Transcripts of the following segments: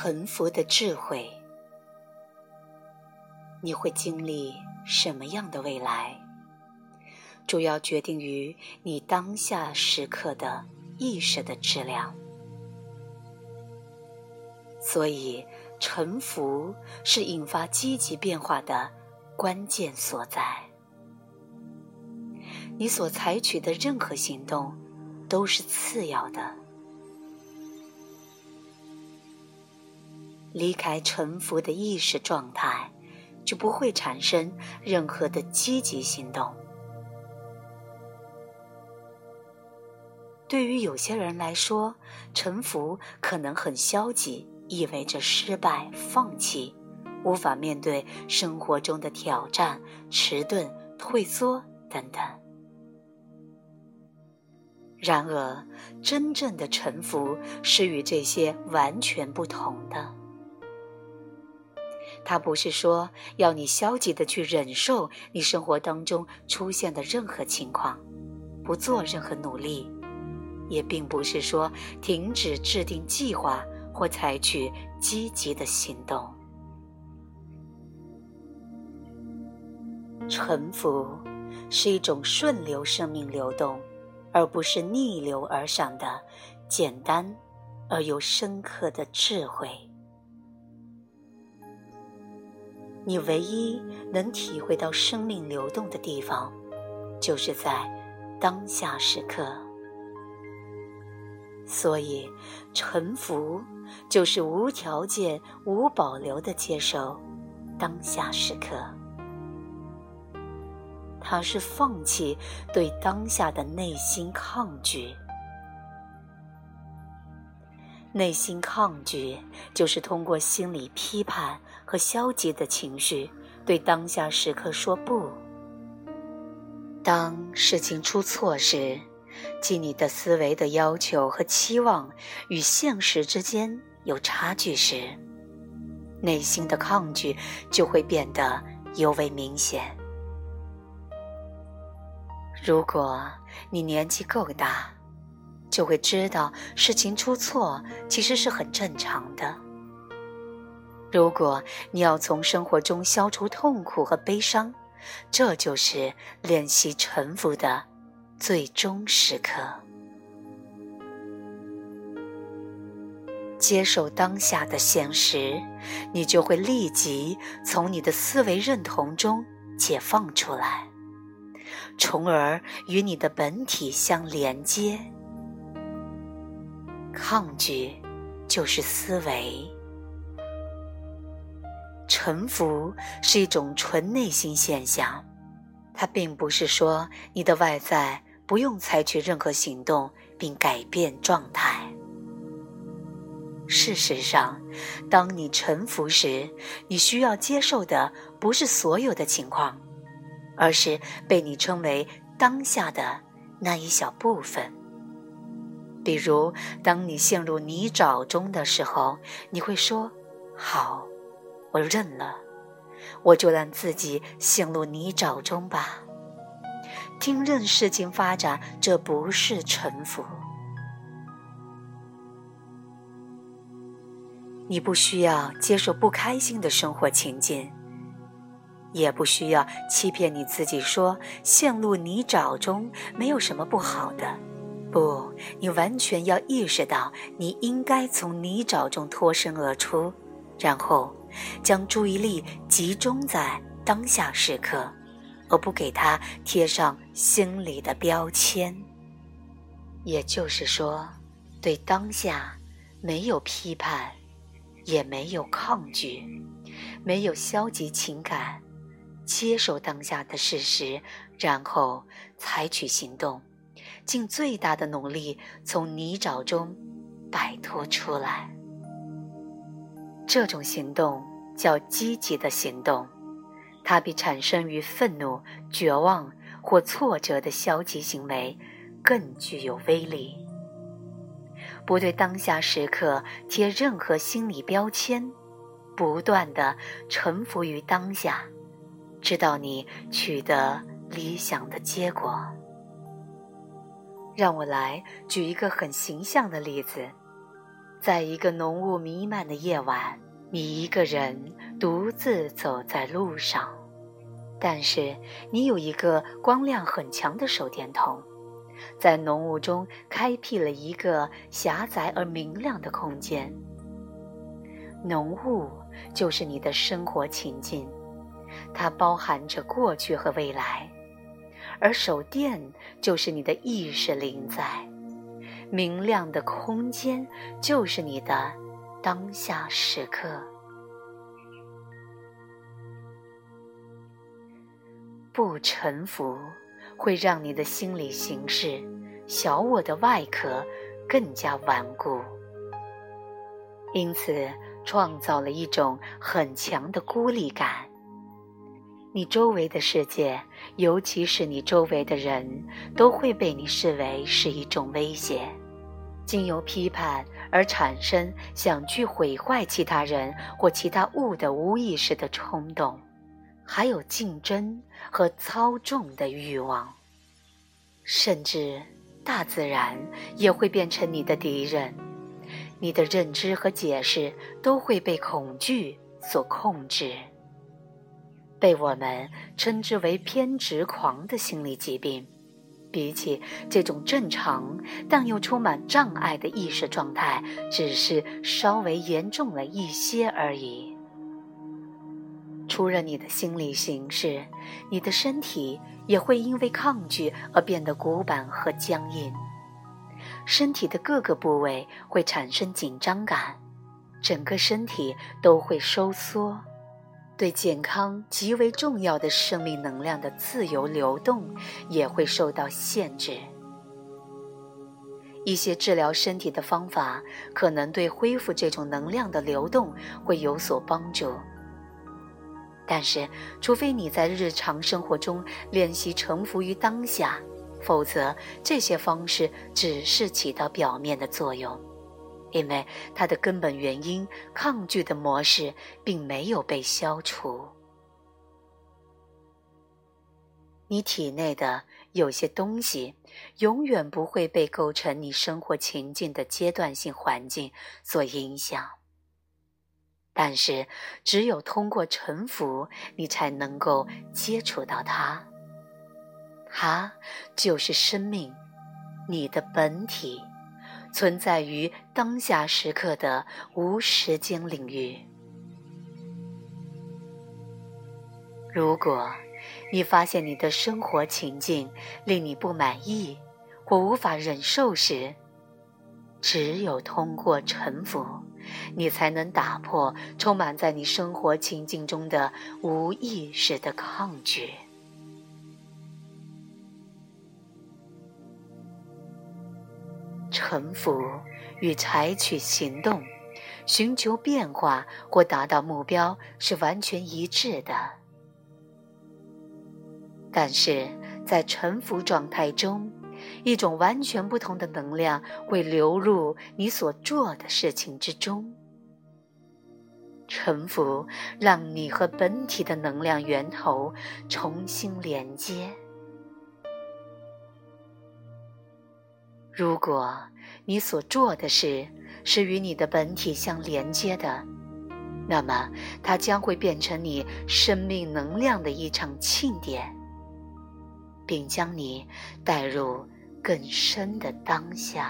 臣服的智慧。你会经历什么样的未来，主要决定于你当下时刻的意识的质量。所以，臣服是引发积极变化的关键所在。你所采取的任何行动都是次要的。离开臣服的意识状态，就不会产生任何的积极行动。对于有些人来说，臣服可能很消极，意味着失败、放弃，无法面对生活中的挑战、迟钝、退缩等等。然而，真正的臣服是与这些完全不同的。它不是说要你消极地去忍受你生活当中出现的任何情况，不做任何努力，也并不是说停止制定计划或采取积极的行动。臣服是一种顺流生命流动，而不是逆流而上的简单而又深刻的智慧。你唯一能体会到生命流动的地方，就是在当下时刻。所以，臣服就是无条件、无保留地接受当下时刻。它是放弃对当下的内心抗拒。内心抗拒就是通过心理批判和消极的情绪对当下时刻说不。当事情出错时，即你的思维的要求和期望与现实之间有差距时，内心的抗拒就会变得尤为明显。如果你年纪够大，就会知道事情出错其实是很正常的。如果你要从生活中消除痛苦和悲伤，这就是练习臣服的最终时刻。接受当下的现实，你就会立即从你的思维认同中解放出来，从而与你的本体相连接。抗拒就是思维。臣服是一种纯内心现象，它并不是说你的外在不用采取任何行动并改变状态。事实上，当你臣服时，你需要接受的不是所有的情况，而是被你称为当下的那一小部分。比如，当你陷入泥沼中的时候，你会说：好，我认了，我就让自己陷入泥沼中吧。听任事情发展，这不是臣服。你不需要接受不开心的生活情境，也不需要欺骗你自己说陷入泥沼中没有什么不好的。不，你完全要意识到你应该从泥沼中脱身而出，然后将注意力集中在当下时刻，而不给它贴上心理的标签。也就是说，对当下没有批判，也没有抗拒，没有消极情感，接受当下的事实，然后采取行动，尽最大的努力从泥沼中摆脱出来。这种行动叫积极的行动，它比产生于愤怒、绝望或挫折的消极行为更具有威力。不对当下时刻贴任何心理标签，不断地臣服于当下，直到你取得理想的结果。让我来举一个很形象的例子。 在一个浓雾弥漫的夜晚，你一个人独自走在路上，但是你有一个光亮很强的手电筒，在浓雾中开辟了一个狭窄而明亮的空间。浓雾就是你的生活情境，它包含着过去和未来，而手电就是你的意识临在，明亮的空间就是你的当下时刻。不臣服会让你的心理形式、小我的外壳更加顽固，因此创造了一种很强的孤立感。你周围的世界，尤其是你周围的人，都会被你视为是一种威胁，经由批判而产生想去毁坏其他人或其他物的无意识的冲动，还有竞争和操纵的欲望，甚至大自然也会变成你的敌人。你的认知和解释都会被恐惧所控制，被我们称之为偏执狂的心理疾病，比起这种正常但又充满障碍的意识状态，只是稍微严重了一些而已。除了你的心理形式，你的身体也会因为抗拒而变得古板和僵硬，身体的各个部位会产生紧张感，整个身体都会收缩，对健康极为重要的生命能量的自由流动也会受到限制。一些治疗身体的方法可能对恢复这种能量的流动会有所帮助，但是除非你在日常生活中练习臣服于当下，否则这些方式只是起到表面的作用，因为它的根本原因抗拒的模式并没有被消除。你体内的有些东西永远不会被构成你生活情境的阶段性环境所影响，但是只有通过臣服，你才能够接触到它。它就是生命，你的本体，存在于当下时刻的无时间领域。如果你发现你的生活情境令你不满意或无法忍受时，只有通过臣服，你才能打破充满在你生活情境中的无意识的抗拒。臣服与采取行动，寻求变化或达到目标是完全一致的。但是在臣服状态中，一种完全不同的能量会流入你所做的事情之中。臣服让你和本体的能量源头重新连接。如果你所做的事是与你的本体相连接的，那么它将会变成你生命能量的一场庆典，并将你带入更深的当下。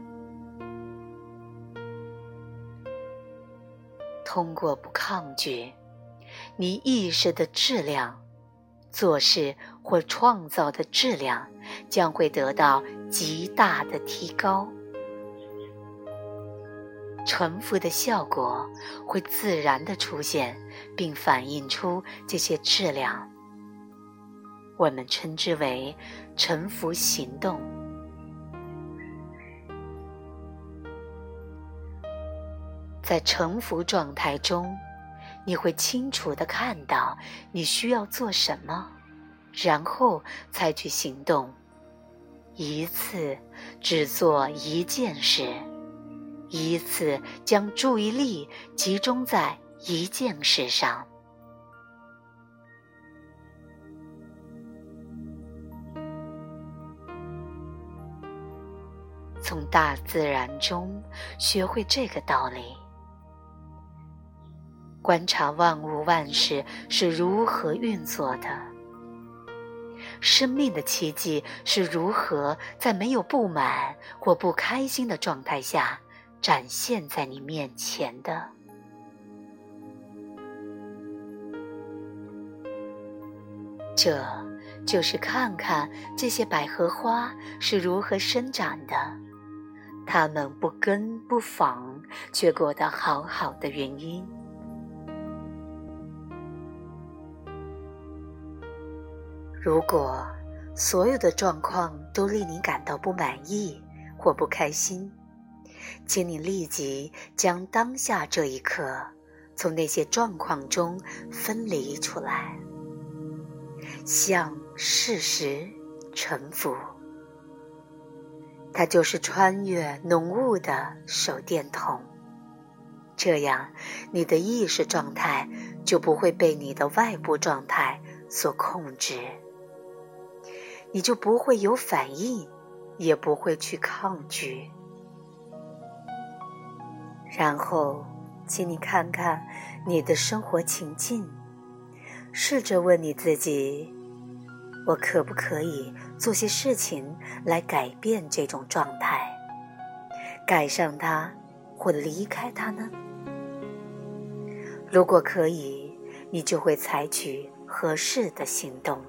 通过不抗拒，你意识的质量、做事或创造的质量将会得到极大的提高。臣服的效果会自然地出现，并反映出这些质量。我们称之为臣服行动。在臣服状态中，你会清楚地看到你需要做什么，然后采取行动，一次只做一件事，一次将注意力集中在一件事上。 从大自然中学会这个道理，观察万物万事是如何运作的，生命的奇迹是如何在没有不满或不开心的状态下展现在你面前的。这就是看看这些百合花是如何生长的，它们不根不妨却过得好好的原因。如果所有的状况都令你感到不满意或不开心，请你立即将当下这一刻从那些状况中分离出来，向事实臣服。它就是穿越浓雾的手电筒，这样你的意识状态就不会被你的外部状态所控制，你就不会有反应，也不会去抗拒。然后请你看看你的生活情境，试着问你自己，我可不可以做些事情来改变这种状态，改善它或离开它呢？如果可以，你就会采取合适的行动。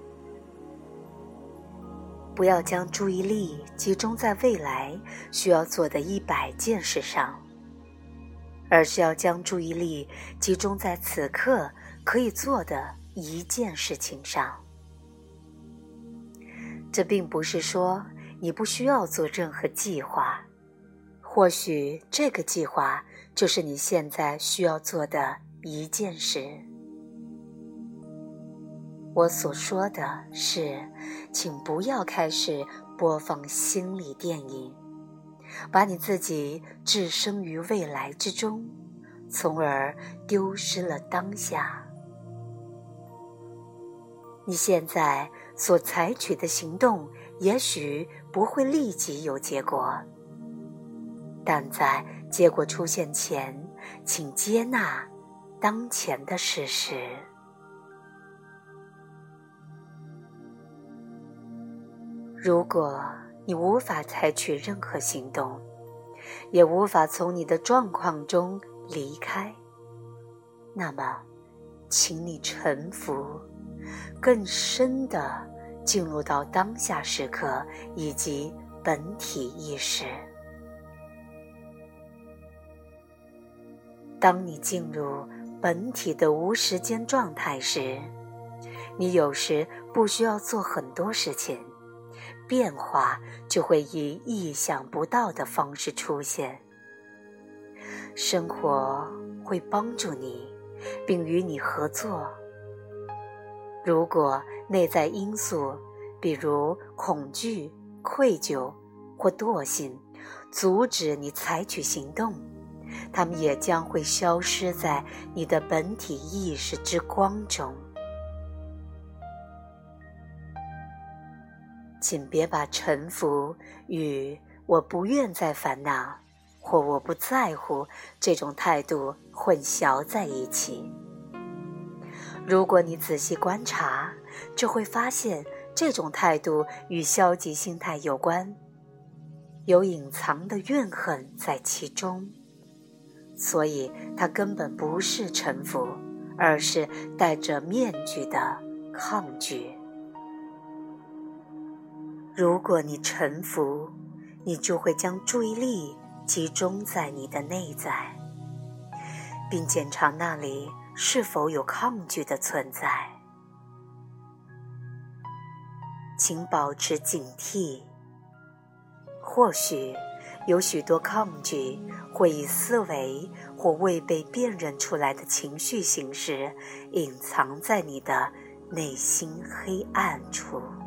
不要将注意力集中在未来需要做的100件事上，而是要将注意力集中在此刻可以做的1件事情上。这并不是说你不需要做任何计划，或许这个计划就是你现在需要做的1件事。我所说的是，请不要开始播放心理电影，把你自己置身于未来之中，从而丢失了当下。你现在所采取的行动也许不会立即有结果，但在结果出现前，请接纳当前的事实。如果你无法采取任何行动，也无法从你的状况中离开，那么请你臣服，更深地进入到当下时刻以及本体意识。当你进入本体的无时间状态时，你有时不需要做很多事情，变化就会以意想不到的方式出现。生活会帮助你，并与你合作。如果内在因素，比如恐惧、愧疚或惰性，阻止你采取行动，它们也将会消失在你的本体意识之光中。请别把臣服与我不愿再烦恼或我不在乎这种态度混淆在一起。如果你仔细观察，就会发现这种态度与消极心态有关，有隐藏的怨恨在其中，所以它根本不是臣服，而是戴着面具的抗拒。如果你臣服，你就会将注意力集中在你的内在，并检查那里是否有抗拒的存在。请保持警惕，或许有许多抗拒会以思维或未被辨认出来的情绪形式隐藏在你的内心黑暗处。